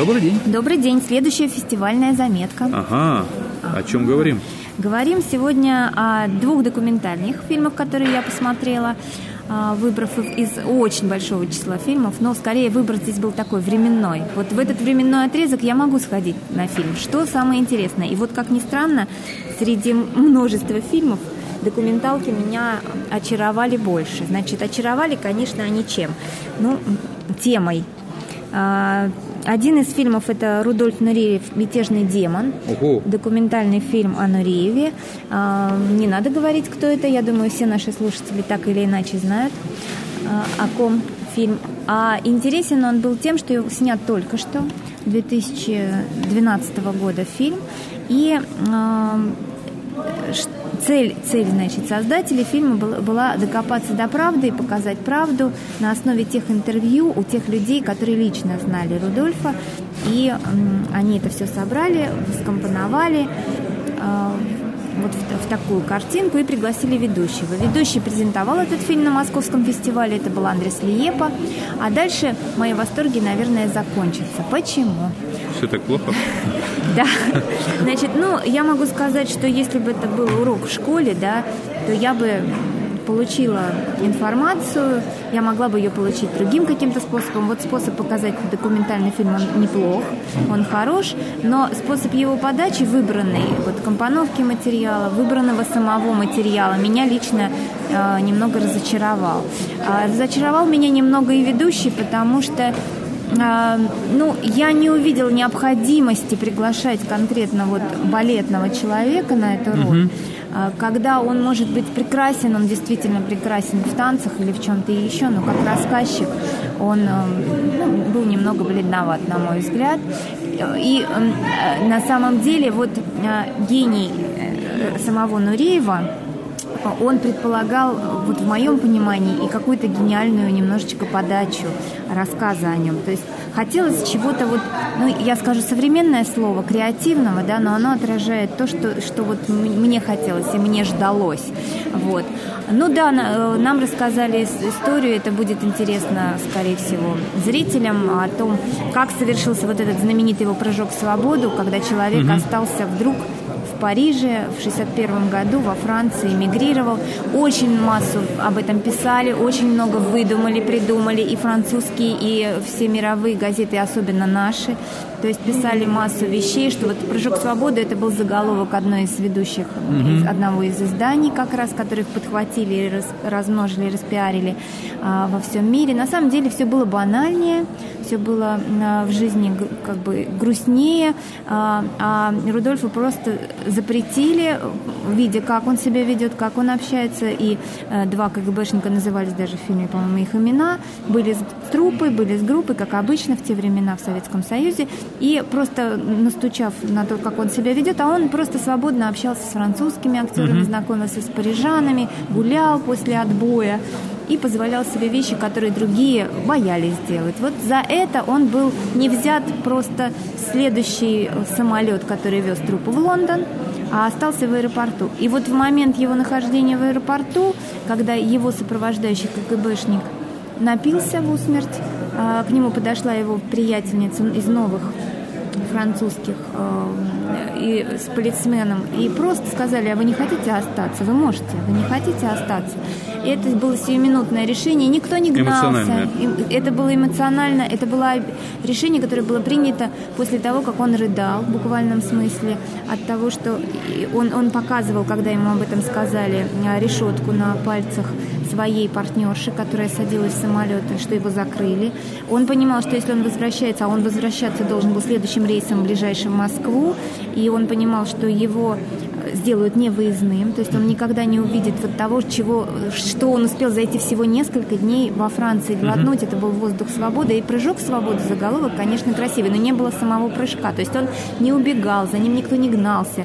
Добрый день. Добрый день. Следующая фестивальная заметка. Ага. О чем говорим? Говорим сегодня о 2 документальных фильмах, которые я посмотрела, выбрав из очень большого числа фильмов, но скорее выбор здесь был такой временной. Вот в этот временной отрезок я могу сходить на фильм. Что самое интересное? И вот, как ни странно, среди множества фильмов документалки меня очаровали больше. Значит, очаровали, конечно, они чем? Ну, темой. Один из фильмов – это Рудольф Нуреев «Мятежный демон». Документальный фильм о Нурееве. Не надо говорить, кто это. Я думаю, все наши слушатели так или иначе знают, о ком фильм. А интересен он был тем, что снят только что, 2012 года фильм. И цель, значит, создателей фильма была докопаться до правды и показать правду на основе тех интервью у тех людей, которые лично знали Рудольфа. И они это все собрали, скомпоновали вот в такую картинку и пригласили ведущего. Ведущий презентовал этот фильм на Московском фестивале, это был Андрес Лиепа. А дальше мои восторги, наверное, закончатся. Почему? Все так плохо? Да. Значит, я могу сказать, что если бы это был урок в школе, да, то я бы получила информацию, я могла бы ее получить другим каким-то способом. Вот способ показать документальный фильм, он неплох, он хорош, но способ его подачи выбранный, вот компоновки материала, выбранного самого материала, меня лично немного разочаровал. Разочаровал меня немного и ведущий, потому что я не увидела необходимости приглашать конкретно вот балетного человека на эту роль. Когда он может быть прекрасен, он действительно прекрасен в танцах или в чем-то еще, но как рассказчик он был немного бледноват, на мой взгляд. И на самом деле вот гений самого Нуреева, он предполагал, вот в моем понимании, и какую-то гениальную немножечко подачу рассказа о нем. То есть хотелось чего-то вот, я скажу современное слово, креативного, да, но оно отражает то, что вот мне хотелось и мне ждалось. Вот. Нам рассказали историю, это будет интересно, скорее всего, зрителям, о том, как совершился вот этот знаменитый его прыжок в свободу, когда человек остался вдруг в Париже в 1961 году, во Франции, эмигрировал. Очень массу об этом писали, очень много выдумали, придумали и французские, и все мировые газеты, особенно наши. То есть писали массу вещей, что вот «Прыжок свободы» это был заголовок одной из ведущих, одного из изданий, как раз, которых подхватили, размножили, распиарили во всем мире. На самом деле все было банальнее, все было в жизни как бы грустнее, а Рудольфу просто запретили, видя, как он себя ведет, как он общается, и 2 КГБшника назывались даже в фильме, по-моему, их имена, были с труппой, были с группой, как обычно в те времена в Советском Союзе, и просто настучав на то, как он себя ведет, а он просто свободно общался с французскими актерами, знакомился с парижанами, гулял после отбоя и позволял себе вещи, которые другие боялись делать. Вот за это он был не взят просто в следующий самолет, который вез труппу в Лондон, а остался в аэропорту. И вот в момент его нахождения в аэропорту, когда его сопровождающий КГБшник напился в усмерть, к нему подошла его приятельница из новых французских и с полицменом, и просто сказали: а вы не хотите остаться? Вы можете, вы не хотите остаться? И это было сиюминутное решение, никто не гнался. Это было эмоционально, это было решение, которое было принято после того, как он рыдал, в буквальном смысле, от того, что он показывал, когда ему об этом сказали, решетку на пальцах своей партнерши, которая садилась в самолет, что его закрыли. Он понимал, что если он возвращается, а он возвращаться должен был следующим рейсом ближайшим в Москву, и он понимал, что его сделают невыездным, то есть он никогда не увидит вот того, что он успел за эти всего несколько дней во Франции глотнуть. Это был воздух свободы, и прыжок в свободу, заголовок, конечно, красивый, но не было самого прыжка, то есть он не убегал, за ним никто не гнался.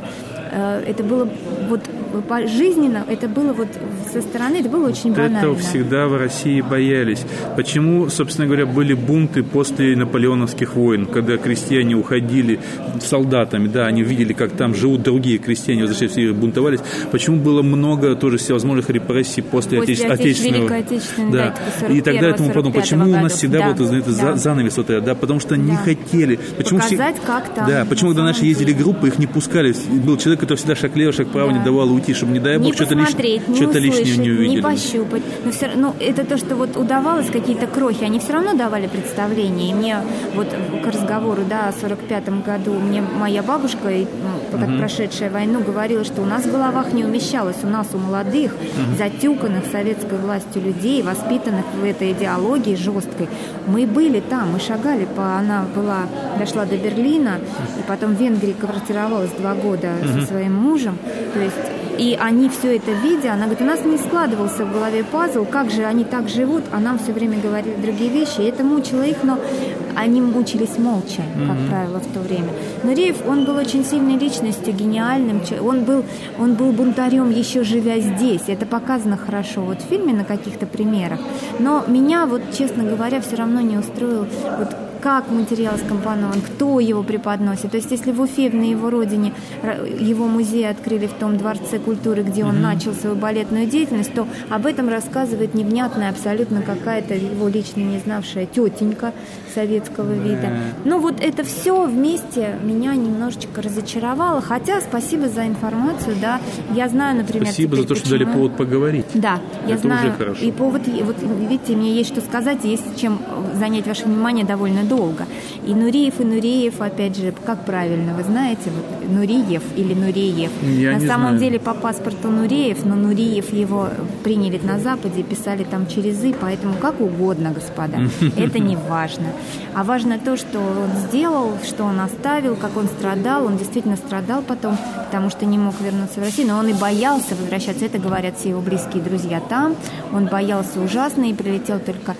это было вот жизненно, это было вот со стороны, это было очень банально. Этого всегда в России боялись. Почему, собственно говоря, были бунты после наполеоновских войн, когда крестьяне уходили солдатами, да, они видели, как там живут другие крестьяне, возвращались и бунтовались. Почему было много тоже всевозможных репрессий после Отечественного? Великой Отечественной, да. И тогда этому подумал, почему у нас всегда был занавес вот этот, да, потому что не хотели. Почему показать, как там. Да, почему когда наши ездили группы, их не пускали. Был человек, который всегда шаг лево, шаг вправо не давал уйти, чтобы, не дай бог, что-то лишнее не увидели. Не пощупать. Но все равно, это то, что вот удавалось, какие-то крохи, они все равно давали представление. И мне вот к разговору, да, о 45-м году, мне моя бабушка, как прошедшая войну, говорила, что у нас в головах не умещалось, у нас, у молодых, затюканных советской властью людей, воспитанных в этой идеологии жесткой. Мы были там, мы шагали она дошла до Берлина, и потом в Венгрии квартировалась 2 года со своим мужем, то есть, и они все это видя, она говорит, у нас не складывался в голове пазл, как же они так живут, а нам все время говорили другие вещи, и это мучило их, но они мучились молча, как правило, в то время. Нуреев, он был очень сильной личностью, гениальным, он был бунтарем, еще живя здесь, это показано хорошо вот в фильме на каких-то примерах, но меня, вот, честно говоря, все равно не устроил вот как материал скомпонован, кто его преподносит. То есть, если в Уфе, на его родине, его музей открыли в том дворце культуры, где он начал свою балетную деятельность, то об этом рассказывает невнятная абсолютно какая-то его лично не знавшая тетенька советского вида. Ну, вот это все вместе меня немножечко разочаровало. Хотя, спасибо за информацию, да. Я знаю, например... Спасибо за то, что дали повод поговорить. Да, я это знаю. Уже хорошо. И повод, вот видите, мне есть что сказать, есть чем занять ваше внимание довольно долго. И Нуреев, опять же, как правильно, вы знаете, вот Нуриев или Нуреев. На самом деле по паспорту Нуреев, но Нуриев его приняли на Западе, писали там через «и», поэтому как угодно, господа. Это не важно. А важно то, что он сделал, что он оставил, как он страдал. Он действительно страдал потом, потому что не мог вернуться в Россию, но он и боялся возвращаться. Это говорят все его близкие друзья там. Он боялся ужасно и прилетел только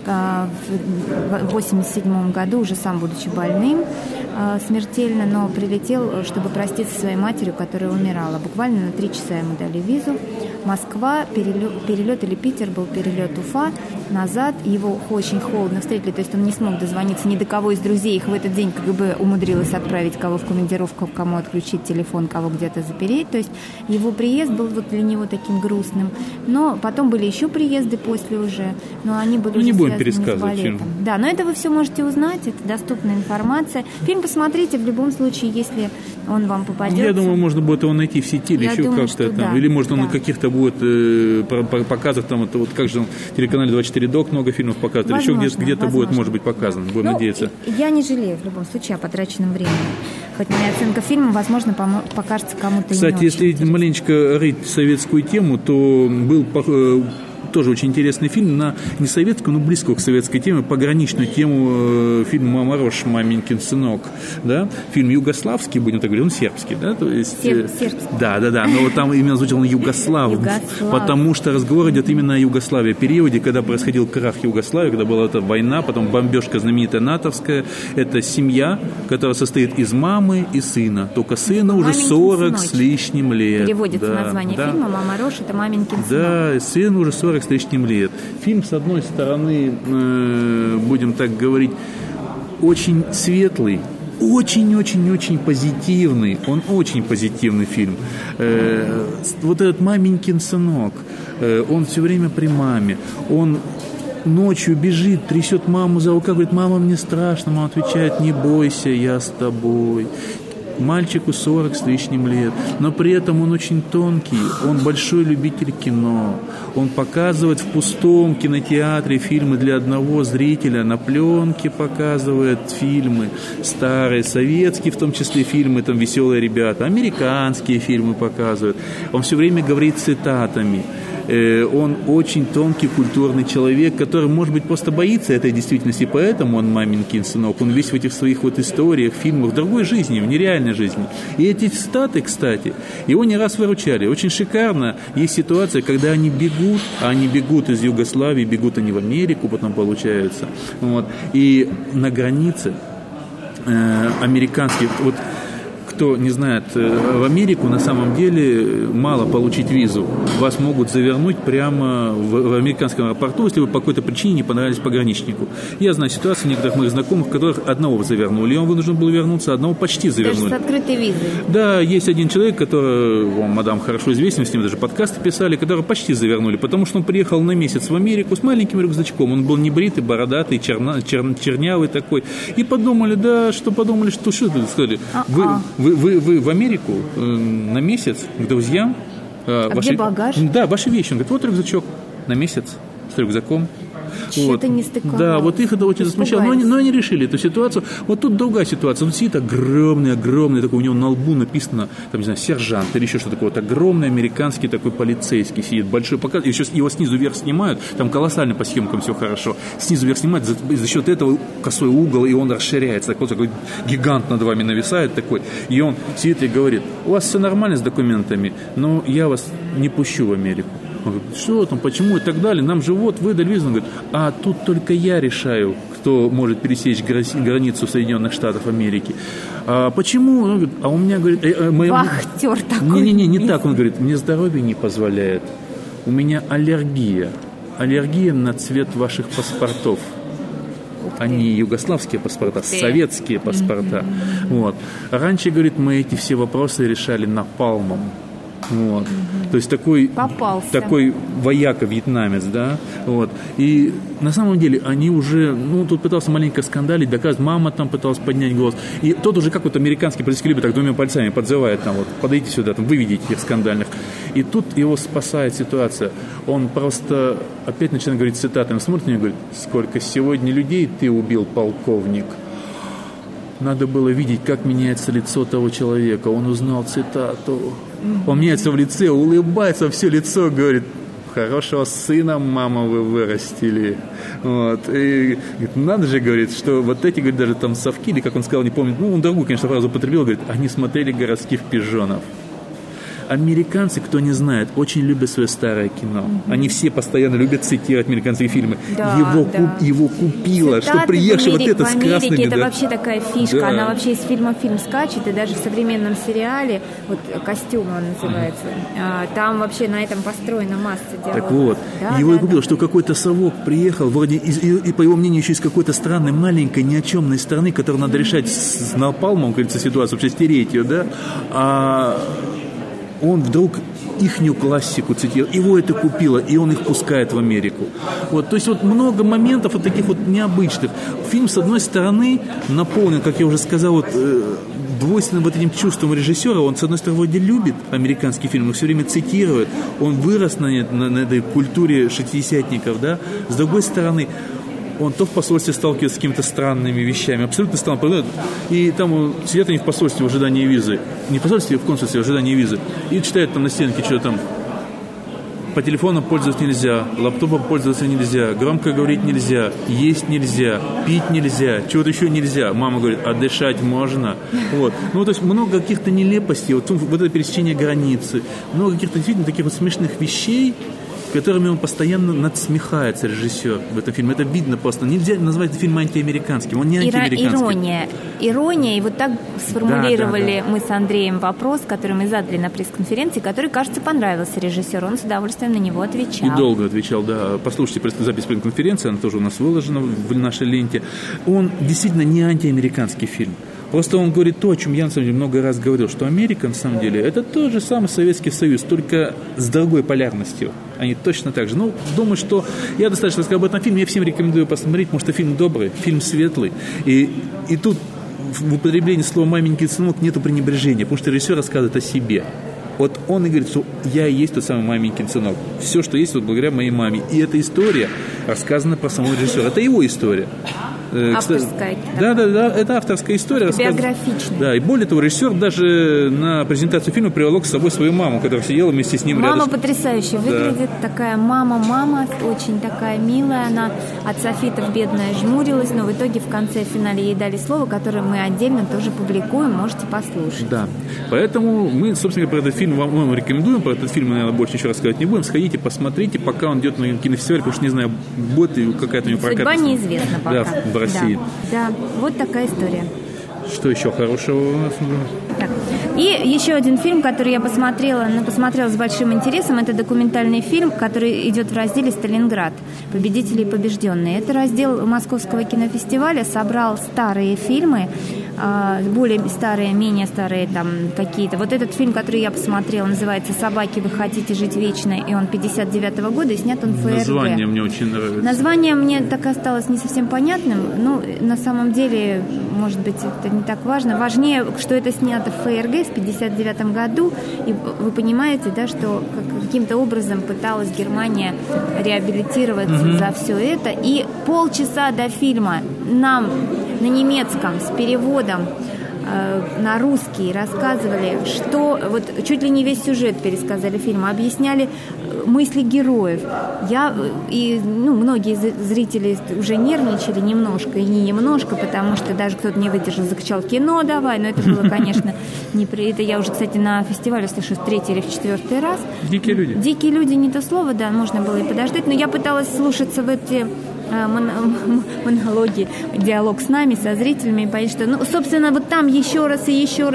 в 1987 году, уже сам будучи больным смертельно, но прилетел, чтобы проститься со своей матерью, которая умирала. Буквально на 3 часа ему дали визу. Москва, перелет или Питер, был перелет Уфа, назад. Его очень холодно встретили, то есть он не смог дозвониться ни до кого из друзей. Их в этот день КГБ умудрилось отправить, кого в командировку, кому отключить телефон, кого где-то запереть. То есть его приезд был вот для него таким грустным. Но потом были еще приезды после уже, но они были уже связаны с балетом. Да, но это вы все можете узнать, это доступная информация. Фильм посмотрите в любом случае, если он вам попадется. Я думаю, можно будет его найти в сети или еще как-то там. Да. Или может он на каких-то будет показах, там, это вот как же он, телеканале 24 Док много фильмов показывает, возможно, или еще где-то будет, может быть, показан. Будем надеяться. Я не жалею в любом случае о потраченном времени. Хоть моя оценка фильма, возможно, покажется кому-то. Кстати, если маленечко рыть советскую тему, то был тоже очень интересный фильм на не советскую, но близкую к советской теме, пограничную тему фильм «Мама Рош, маменькин сынок». Да? Фильм югославский, будем так говорить, он сербский. Да? То есть, сербский. Да, но вот там именно звучал он Югослав, потому что разговор идет именно о Югославии, периоде, когда происходил крах Югославии, когда была эта война, потом бомбежка знаменитая натовская. Это семья, которая состоит из мамы и сына. Только сына уже 40 с лишним лет. Переводится название фильма «Мама Рош», это маменькин сынок. Да, сын уже 40 с лишним лет. Фильм, с одной стороны, будем так говорить, очень светлый, очень-очень-очень позитивный. Он очень позитивный фильм. Вот этот маменькин сынок, он все время при маме. Он ночью бежит, трясет маму за рукав, говорит: мама, мне страшно. Мама отвечает: не бойся, я с тобой. Мальчику 40 с лишним лет, но при этом он очень тонкий, он большой любитель кино. Он показывает в пустом кинотеатре фильмы для одного зрителя, на пленке показывает фильмы старые, советские, в том числе фильмы, там «Веселые ребята», американские фильмы показывает. Он все время говорит цитатами. Он очень тонкий, культурный человек, который, может быть, просто боится этой действительности, поэтому он маменькин сынок. Он весь в этих своих вот историях, фильмах, в другой жизни, в нереальной жизни. И эти цитаты, кстати, его не раз выручали. Очень шикарно. Есть ситуация, когда они бегут из Югославии, бегут они в Америку, потом получается. Вот. И на границе американских... Вот, кто не знает, в Америку на самом деле мало получить визу. Вас могут завернуть прямо в американском аэропорту, если вы по какой-то причине не понравились пограничнику. Я знаю ситуацию некоторых моих знакомых, которых одного завернули, и он вынужден был вернуться, одного почти завернули. Даже с открытой визой. Да, есть один человек, который, мадам хорошо известен, с ним даже подкасты писали, которого почти завернули, потому что он приехал на месяц в Америку с маленьким рюкзачком. Он был небритый, бородатый, чернявый такой. И подумали, что сказали, вы в Америку на месяц к друзьям. Где багаж? Да, ваши вещи. Он говорит, вот рюкзачок на месяц с рюкзаком. Что-то не стыковалось. Да, вот их это очень засмущало. Но они решили эту ситуацию. Вот тут другая ситуация. Он сидит огромный, такой, у него на лбу написано, там, не знаю, сержант или еще что-то такое. Вот огромный американский такой полицейский сидит, большой показ. И еще его снизу вверх снимают, там колоссально по съемкам все хорошо. Снизу вверх снимают, за счет этого косой угол, и он расширяется. Такой гигант над вами нависает такой. И он сидит и говорит, у вас все нормально с документами, но я вас не пущу в Америку. Он говорит, что там, почему и так далее. Нам же вот выдали визу. Он говорит, а тут только я решаю, кто может пересечь границу Соединенных Штатов Америки. А почему? Он говорит, а у меня, говорит... Вахтер такой. Не так. Он говорит, мне здоровье не позволяет. У меня аллергия. Аллергия на цвет ваших паспортов. Они югославские паспорта, советские паспорта. Вот. Раньше, говорит, мы эти все вопросы решали напалмом. Вот. То есть такой вояка-вьетнамец, да, вот. И на самом деле они уже, тут пытался маленько скандалить, доказывать, мама там пыталась поднять голос, и тот уже как вот американский полицейский любит, так двумя пальцами подзывает там, вот, подойдите сюда, там, выведите их скандальных. И тут его спасает ситуация. Он просто опять начинает говорить цитатами, смотрит на него и говорит, сколько сегодня людей ты убил, полковник. Надо было видеть, как меняется лицо того человека. Он узнал цитату. Он меняется в лице, улыбается, все лицо, говорит, хорошего сына, мама, вы вырастили. Вот. И говорит, надо же, говорит, что вот эти, говорит, даже там совки, или как он сказал, не помню, он другую, конечно, фразу употребил, говорит, они смотрели «Городских пижонов». Американцы, кто не знает, очень любят свое старое кино. Они все постоянно любят цитировать американские фильмы. Да, его купило, цитаты что приехал вот это с красными. Это вообще такая фишка. Да. Она вообще из фильма в фильм скачет. И даже в современном сериале, вот «Костюм» он называется, там вообще на этом построена масса диалогов. Так вот, его и купило, что какой-то совок приехал, вроде, и по его мнению, еще из какой-то странной, маленькой, ни о чемной страны, которую надо решать с напалмом, говорится, ситуацию, вообще стереть ее, да, он вдруг ихнюю классику цитировал, его это купило, и он их пускает в Америку. Вот, то есть вот много моментов вот таких вот необычных. Фильм, с одной стороны, наполнен, как я уже сказал, вот, двойственным вот этим чувством режиссера. Он, с одной стороны, вроде любит американский фильм, но все время цитирует. Он вырос на этой культуре шестидесятников, да. С другой стороны, он то в посольстве сталкивается с какими-то странными вещами, абсолютно странно. И там сидят они в посольстве в ожидании визы. Не в посольстве, а в консульстве в ожидании визы. И читают там на стенке, что там. По телефону пользоваться нельзя, лаптопом пользоваться нельзя, громко говорить нельзя, есть нельзя, пить нельзя, чего-то еще нельзя. Мама говорит, а дышать можно. Вот. То есть много каких-то нелепостей, вот это пересечение границы, много каких-то действительно таких вот смешных вещей, которыми он постоянно надсмехается, режиссер в этом фильме. Это видно просто. Нельзя назвать этот фильм антиамериканским. Он не антиамериканский. Ирония. И вот так сформулировали мы с Андреем вопрос, который мы задали на пресс-конференции, который, кажется, понравился режиссеру. Он с удовольствием на него отвечал. И долго отвечал, да. Послушайте запись пресс-конференции, она тоже у нас выложена в нашей ленте. Он действительно не антиамериканский фильм. Просто он говорит то, о чем я, на самом деле, много раз говорил, что Америка, на самом деле, это тот же самый Советский Союз, только с другой полярностью. Они точно так же. Думаю, что я достаточно рассказал об этом фильме, я всем рекомендую посмотреть, потому что фильм добрый, фильм светлый. И тут в употреблении слова «маменькин сынок» нету пренебрежения, потому что режиссер рассказывает о себе. Вот он и говорит, что я и есть тот самый маменькин сынок. Все, что есть, вот благодаря моей маме. И эта история рассказана про самого режиссера. Это его история. Авторская. Да, это авторская история. Биографичная. Да, и более того, режиссер даже на презентацию фильма приволок с собой свою маму, которая сидела вместе с ним рядом. Мама потрясающе выглядит, такая мама, очень такая милая, она от софитов бедная жмурилась, но в итоге в конце, в финале ей дали слово, которое мы отдельно тоже публикуем, можете послушать. Да, поэтому мы, собственно, про этот фильм вам рекомендуем, про этот фильм мы, наверное, больше ничего рассказывать не будем, сходите, посмотрите, пока он идет на кинофестивале, потому что не знаю, будет ли какая-то у него прокат. Судьба неизвестна пока. Да, в России. Да, вот такая история. Что еще хорошего у нас? Так. И еще один фильм, который я посмотрела с большим интересом, это документальный фильм, который идет в разделе «Сталинград. Победители и побежденные». Это раздел Московского кинофестиваля, собрал старые фильмы, более старые, менее старые там какие-то. Вот этот фильм, который я посмотрела, называется «Собаки, вы хотите жить вечно», и он 59-го года, и снят он в ФРГ. Название мне очень нравится. Название мне так и осталось не совсем понятным, но на самом деле, может быть, это не так важно. Важнее, что это снято в ФРГ в 59 году, и вы понимаете, да, что каким-то образом пыталась Германия реабилитироваться за все это, и полчаса до фильма нам на немецком с переводом на русский рассказывали, что вот чуть ли не весь сюжет пересказали фильма, объясняли мысли героев. Многие зрители уже нервничали немножко, и не немножко, потому что даже кто-то не выдержал, закричал: «Кино давай!» Но это было, конечно, это я уже, кстати, на фестивале слышу в 3-й или в 4-й раз. Дикие люди. Дикие люди, не то слово, да, можно было и подождать, но я пыталась слушаться в эти монологи, диалог с нами, со зрителями, и понять, что, собственно, вот там еще раз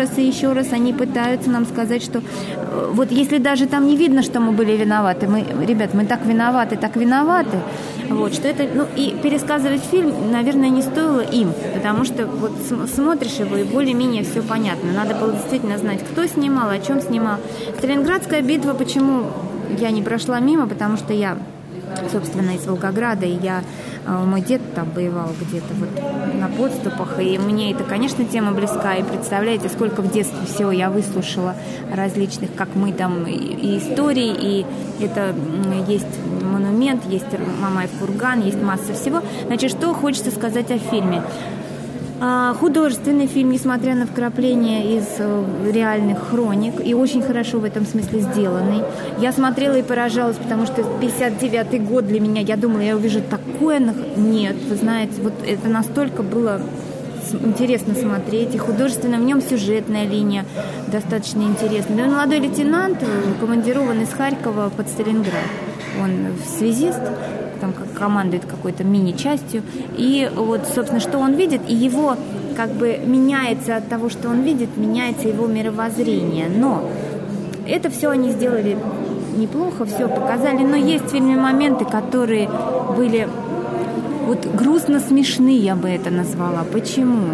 они пытаются нам сказать, что вот если даже там не видно, что мы были виноваты, мы так виноваты, вот, что это, и пересказывать фильм, наверное, не стоило им, потому что вот смотришь его, и более-менее все понятно. Надо было действительно знать, кто снимал, о чем снимал. Сталинградская битва, почему я не прошла мимо, потому что я, собственно, из Волгограда, и мой дед там воевал где-то вот на подступах, и мне это, конечно, тема близка, и представляете, сколько в детстве всего я выслушала различных, как мы там, и историй, и это есть монумент, есть Мамаев курган, есть масса всего. Значит, что хочется сказать о фильме? Художественный фильм, несмотря на вкрапления из реальных хроник, и очень хорошо в этом смысле сделанный. Я смотрела и поражалась, потому что 59-й год для меня, я думала, я увижу такое. Нет, вы знаете, вот это настолько было интересно смотреть, и художественно в нем сюжетная линия достаточно интересная. Он молодой лейтенант, командирован из Харькова под Сталинград. Он связист, там командует какой-то мини-частью, и вот, собственно, что он видит, и его как бы меняется от того, что он видит, меняется его мировоззрение. Но это все они сделали неплохо, все показали, но есть в фильме моменты, которые были вот грустно смешны, я бы это назвала. Почему?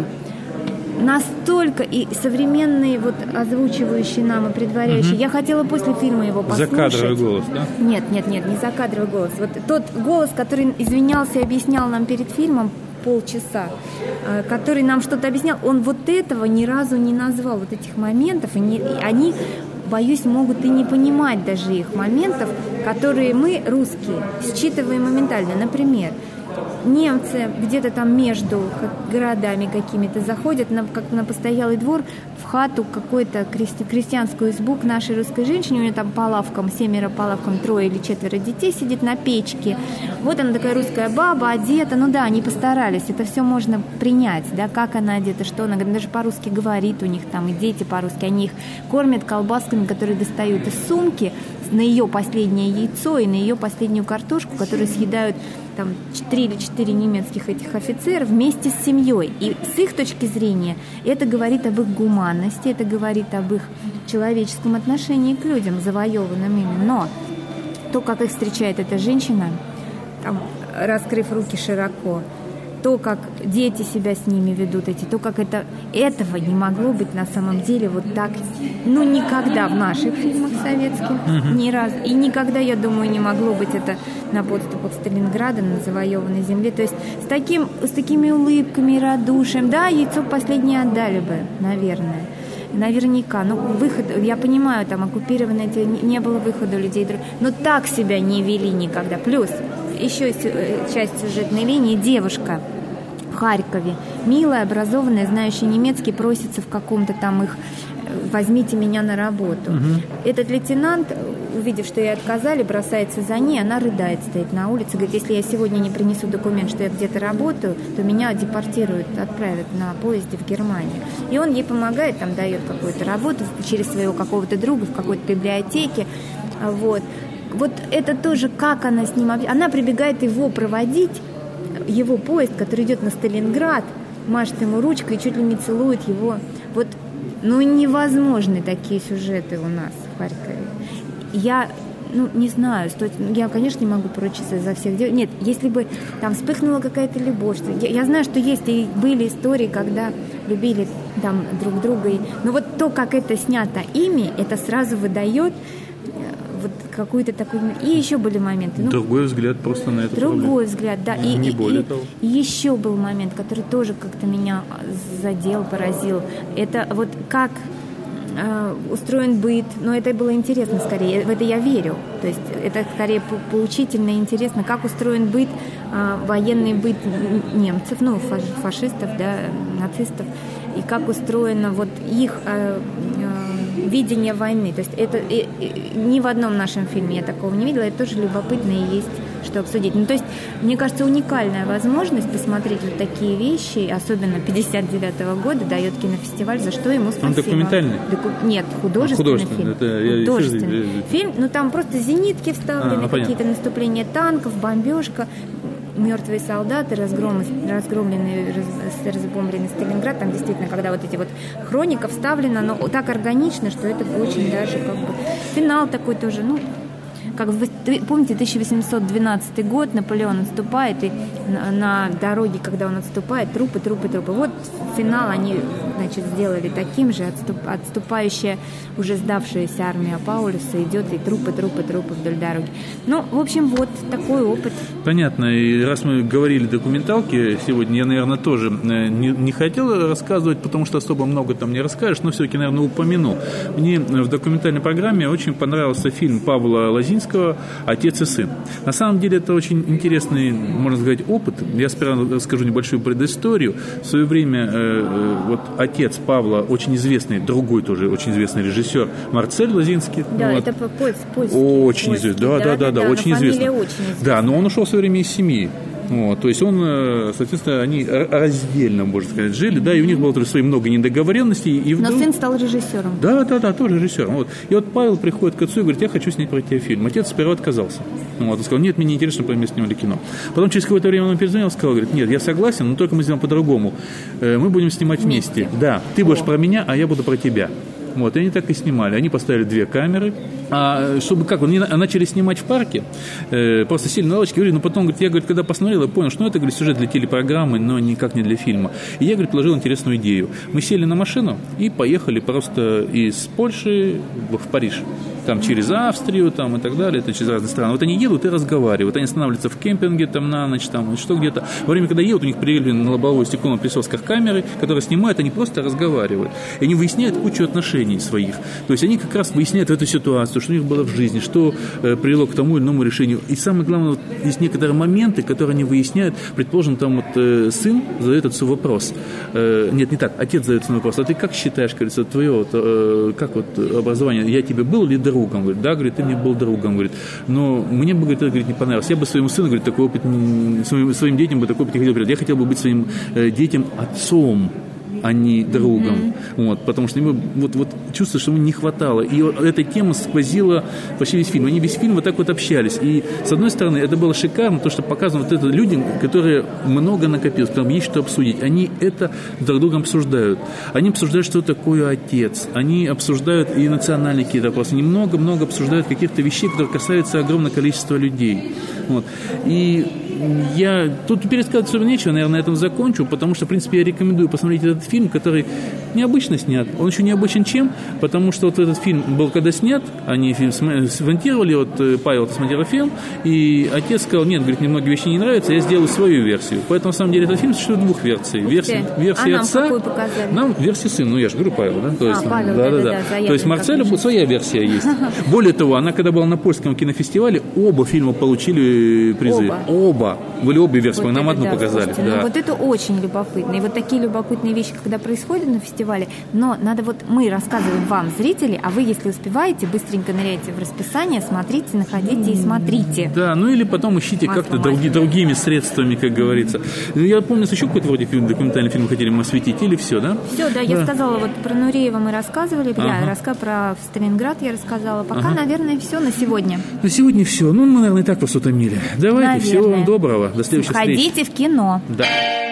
Настолько и современные вот озвучивающие нам и предваряющие. Я хотела после фильма его послушать. Закадровый голос, да? Нет, не закадровый голос. Вот тот голос, который извинялся и объяснял нам перед фильмом полчаса, который нам что-то объяснял, он вот этого ни разу не назвал, вот этих моментов, и они, боюсь, могут и не понимать даже их моментов, которые мы, русские, считываем моментально. Например, немцы где-то там между городами какими-то заходят как на постоялый двор в хату, какую-то крестьянскую избу к нашей русской женщине. У нее там по лавкам, 7 по лавкам, 3 или 4 детей сидит на печке. Вот она такая русская баба, одета. Да, они постарались. Это все можно принять, да, как она одета, что она даже по-русски говорит у них там, и дети по-русски. Они их кормят колбасками, которые достают из сумки, на ее последнее яйцо и на ее последнюю картошку, которую съедают там 3 или 4 немецких этих офицеров вместе с семьей. И с их точки зрения это говорит об их гуманности, это говорит об их человеческом отношении к людям, завоеванным ими. Но то, как их встречает эта женщина, там, раскрыв руки широко, то, как дети себя с ними ведут, то, как этого не могло быть на самом деле вот так, никогда в наших фильмах советских, ни разу, и никогда, я думаю, не могло быть это на подступах Сталинграда, на завоеванной земле, то есть с такими улыбками и радушием, да, яйцо последнее отдали бы, наверное, наверняка, выход, я понимаю, там оккупированные, не было выхода у людей, но так себя не вели никогда, плюс еще часть сюжетной линии, девушка в Харькове, милая, образованная, знающая немецкий, просится в каком-то там их «возьмите меня на работу». Этот лейтенант, увидев, что ей отказали, бросается за ней, она рыдает, стоит на улице, говорит: если я сегодня не принесу документ, что я где-то работаю, то меня депортируют, отправят на поезде в Германию. И он ей помогает, там дает какую-то работу через своего какого-то друга в какой-то библиотеке, вот. Вот это тоже, как она с ним... Она прибегает его проводить, его поезд, который идет на Сталинград, машет ему ручкой и чуть ли не целует его. Вот невозможны такие сюжеты у нас в Харькове. Я не знаю, я, конечно, не могу поручиться за всех девушек. Нет, если бы там вспыхнула какая-то любовь. Я знаю, что есть и были истории, когда любили там друг друга. Но вот то, как это снято ими, это сразу выдает вот какую-то такую... И еще были моменты. Другой взгляд просто на это. Другой взгляд, да. Не более того. И еще был момент, который тоже как-то меня задел, поразил. Это вот как... устроен быт, но это было интересно скорее, в это я верю, то есть это скорее поучительно и интересно, как устроен быт, военный быт немцев, фашистов, нацистов, и как устроено вот их видение войны, то есть это ни в одном нашем фильме я такого не видела, это тоже любопытно и есть что обсудить. То есть, мне кажется, уникальная возможность посмотреть вот такие вещи, особенно 59-го года, дает кинофестиваль, за что ему спасибо. Он документальный? Нет, художественный фильм. Художественный фильм, там просто зенитки вставлены, какие-то наступления танков, бомбежка, мертвые солдаты, разгромленный, разбомбленный Сталинград, там действительно, когда вот эти вот хроника вставлена, но так органично, что это очень даже финал такой тоже, как вы помните, 1812 год, Наполеон отступает, и на дороге, когда он отступает, трупы. Вот финал они, сделали таким же, отступающая, уже сдавшаяся армия Паулюса идет, и трупы вдоль дороги. В общем, вот такой опыт. Понятно, и раз мы говорили документалки сегодня, я, наверное, тоже не хотел рассказывать, потому что особо много там не расскажешь, но все-таки, наверное, упомяну. Мне в документальной программе очень понравился фильм Павла Лозинского «Отец и сын». На самом деле это очень интересный, можно сказать, опыт. Я сперва расскажу небольшую предысторию. В свое время вот отец Павла, очень известный, другой тоже очень известный режиссер Марсель Лозинский. Да, это польский. Очень известный, да, очень известный. Да, но он ушел в свое время из семьи. То есть он, соответственно, они раздельно, можно сказать, жили, и у них было тоже свои много недоговоренностей. Но сын стал режиссером. Да, тоже режиссером. И вот Павел приходит к отцу и говорит: я хочу снять про тебя фильм. Отец сперва отказался. Он сказал: нет, мне не интересно, про меня снимали кино. Потом через какое-то время он перезвонил, сказал, говорит: нет, я согласен, но только мы сделаем по-другому. Мы будем снимать вместе. Да, ты будешь про меня, а я буду про тебя. И они так и снимали. Они поставили 2 камеры. Они начали снимать в парке, просто сели на лавочке, говорили, потом, я, когда посмотрел, я понял, что это, сюжет для телепрограммы, но никак не для фильма. И я, предложил интересную идею. Мы сели на машину и поехали просто из Польши в Париж. Там через Австрию, там и так далее, это через разные страны. Они едут и разговаривают. Они останавливаются в кемпинге там на ночь, там, что где-то. Во время, когда едут, у них приклеены на лобовое стекло на присосках камеры, которые снимают, они просто разговаривают. И они выясняют кучу отношений своих. То есть они как раз выясняют эту ситуацию, что у них было в жизни, что привело к тому или иному решению. И самое главное, есть некоторые моменты, которые они выясняют. Предположим, там сын задает отцу вопрос. Нет, не так, отец задает ему вопрос. А ты как считаешь, говорится, твое как образование, я тебе был ли другом? Говорит, да, говорит, ты мне был другом, говорит, но мне бы, говорит, это, говорит, не понравилось. Я бы своему сыну, говорит, такой опыт, своим детям бы такой опыт не хотел передать. Я хотел бы быть своим детям отцом, а не другом. Потому что ему чувствую, что ему не хватало. И эта тема сквозила почти весь фильм. Они весь фильм вот так вот общались. И, с одной стороны, это было шикарно, то, что показано это людям, которые много накопилось, там есть что обсудить. Они это друг другом обсуждают. Они обсуждают, что такое отец. Они обсуждают и национальные какие-то вопросы. Они много обсуждают каких-то вещей, которые касаются огромного количества людей. И я тут пересказывать особо нечего, наверное, на этом закончу, потому что, в принципе, я рекомендую посмотреть этот фильм, который необычно снят. Он еще необычен чем? Потому что этот фильм был когда снят, они фильм смонтировали, Павел смонтировал фильм, и отец сказал: нет, говорит, мне многие вещи не нравятся, я сделаю свою версию. Поэтому, на самом деле, этот фильм существует 2 версий. Версия отца, нам версия сына. Я же говорю Павел, да? То есть, Павел, да. То есть Марселя своя версия есть. Более того, она когда была на польском кинофестивале, оба фильма получили призы. Оба. Были обе версии, нам одну показали. Да. Это очень любопытно. И такие любопытные вещи, когда происходят на фестивале, но надо мы рассказываем вам, зрители, а вы, если успеваете, быстренько ныряйте в расписание, смотрите, находите и смотрите. Да, или потом ищите как-то другими средствами, как говорится. Я помню, еще какой-то вроде документальный фильм хотели мы осветить, или все, да? Все, да, я сказала, про Нуреева мы рассказывали, про Сталинград я рассказала. Пока, наверное, все на сегодня. На сегодня все. Мы, наверное, и так вас утомили. Давайте, всего вам доброго. До следующей встречи. Ходите в кино. Да.